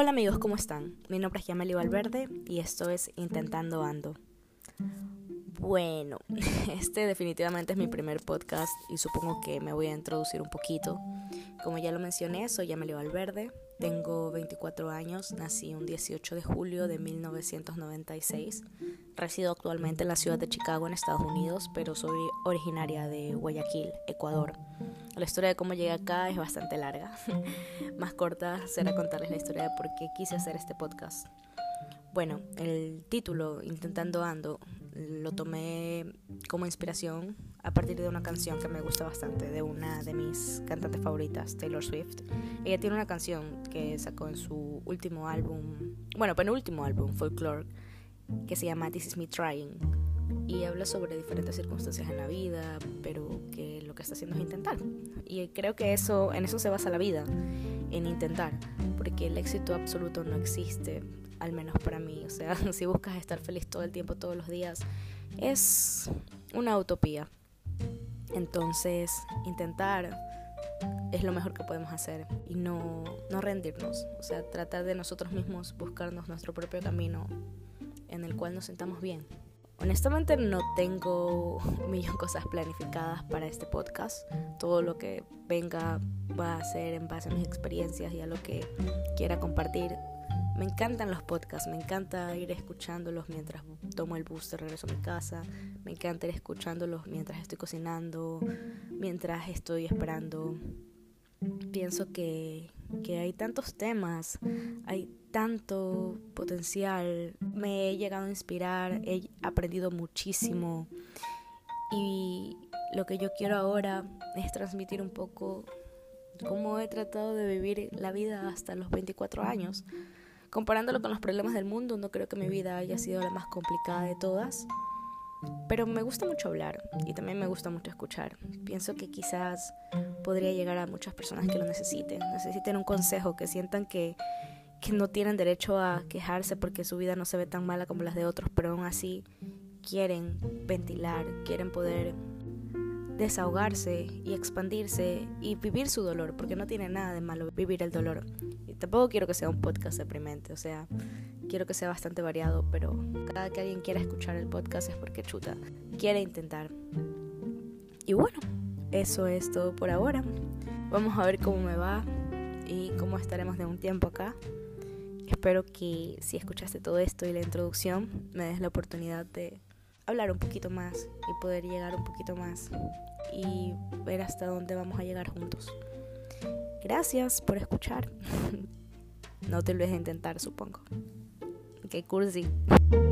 Hola amigos, ¿cómo están? Mi nombre es Yameli Valverde y esto es Intentando Ando. Bueno, este definitivamente es mi primer podcast y supongo que me voy a introducir un poquito. Como ya lo mencioné, soy Yameli Valverde, tengo 24 años, nací un 18 de julio de 1996. Resido actualmente en la ciudad de Chicago, en Estados Unidos, pero soy originaria de Guayaquil, Ecuador. La historia de cómo llegué acá es bastante larga. Más corta será contarles la historia de por qué quise hacer este podcast. Bueno, el título, Intentando Ando, lo tomé como inspiración a partir de una canción que me gusta bastante, de una de mis cantantes favoritas, Taylor Swift. Ella tiene una canción que sacó en su último álbum, penúltimo álbum, Folklore, que se llama This Is Me Trying. Y habla sobre diferentes circunstancias en la vida, pero que lo que está haciendo es intentar. Y creo que en eso se basa la vida, en intentar, porque el éxito absoluto no existe, al menos para mí. O sea, si buscas estar feliz todo el tiempo, todos los días, es una utopía. Entonces, intentar es lo mejor que podemos hacer y no rendirnos. O sea, tratar de nosotros mismos buscarnos nuestro propio camino en el cual nos sintamos bien. Honestamente no tengo un millón de cosas planificadas para este podcast. Todo lo que venga va a ser en base a mis experiencias y a lo que quiera compartir. Me encantan los podcasts, me encanta ir escuchándolos mientras tomo el bus de regreso a mi casa. Me encanta ir escuchándolos mientras estoy cocinando, mientras estoy esperando. Pienso que hay tantos temas, hay tanto potencial, me he llegado a inspirar, he aprendido muchísimo y lo que yo quiero ahora es transmitir un poco cómo he tratado de vivir la vida hasta los 24 años. Comparándolo con los problemas del mundo, no creo que mi vida haya sido la más complicada de todas, pero me gusta mucho hablar y también me gusta mucho escuchar. Pienso que quizás podría llegar a muchas personas que lo necesiten un consejo, que sientan que no tienen derecho a quejarse porque su vida no se ve tan mala como las de otros, pero aún así quieren ventilar, quieren poder desahogarse y expandirse y vivir su dolor, porque no tiene nada de malo vivir el dolor. Y tampoco quiero que sea un podcast deprimente, o sea, quiero que sea bastante variado, pero cada que alguien quiera escuchar el podcast es porque quiere intentar. Y bueno, eso es todo por ahora. Vamos a ver cómo me va y cómo estaremos de un tiempo acá. Espero que si escuchaste todo esto y la introducción, me des la oportunidad de hablar un poquito más y poder llegar un poquito más y ver hasta dónde vamos a llegar juntos. Gracias por escuchar. No te olvides de intentar, supongo. Qué cursi.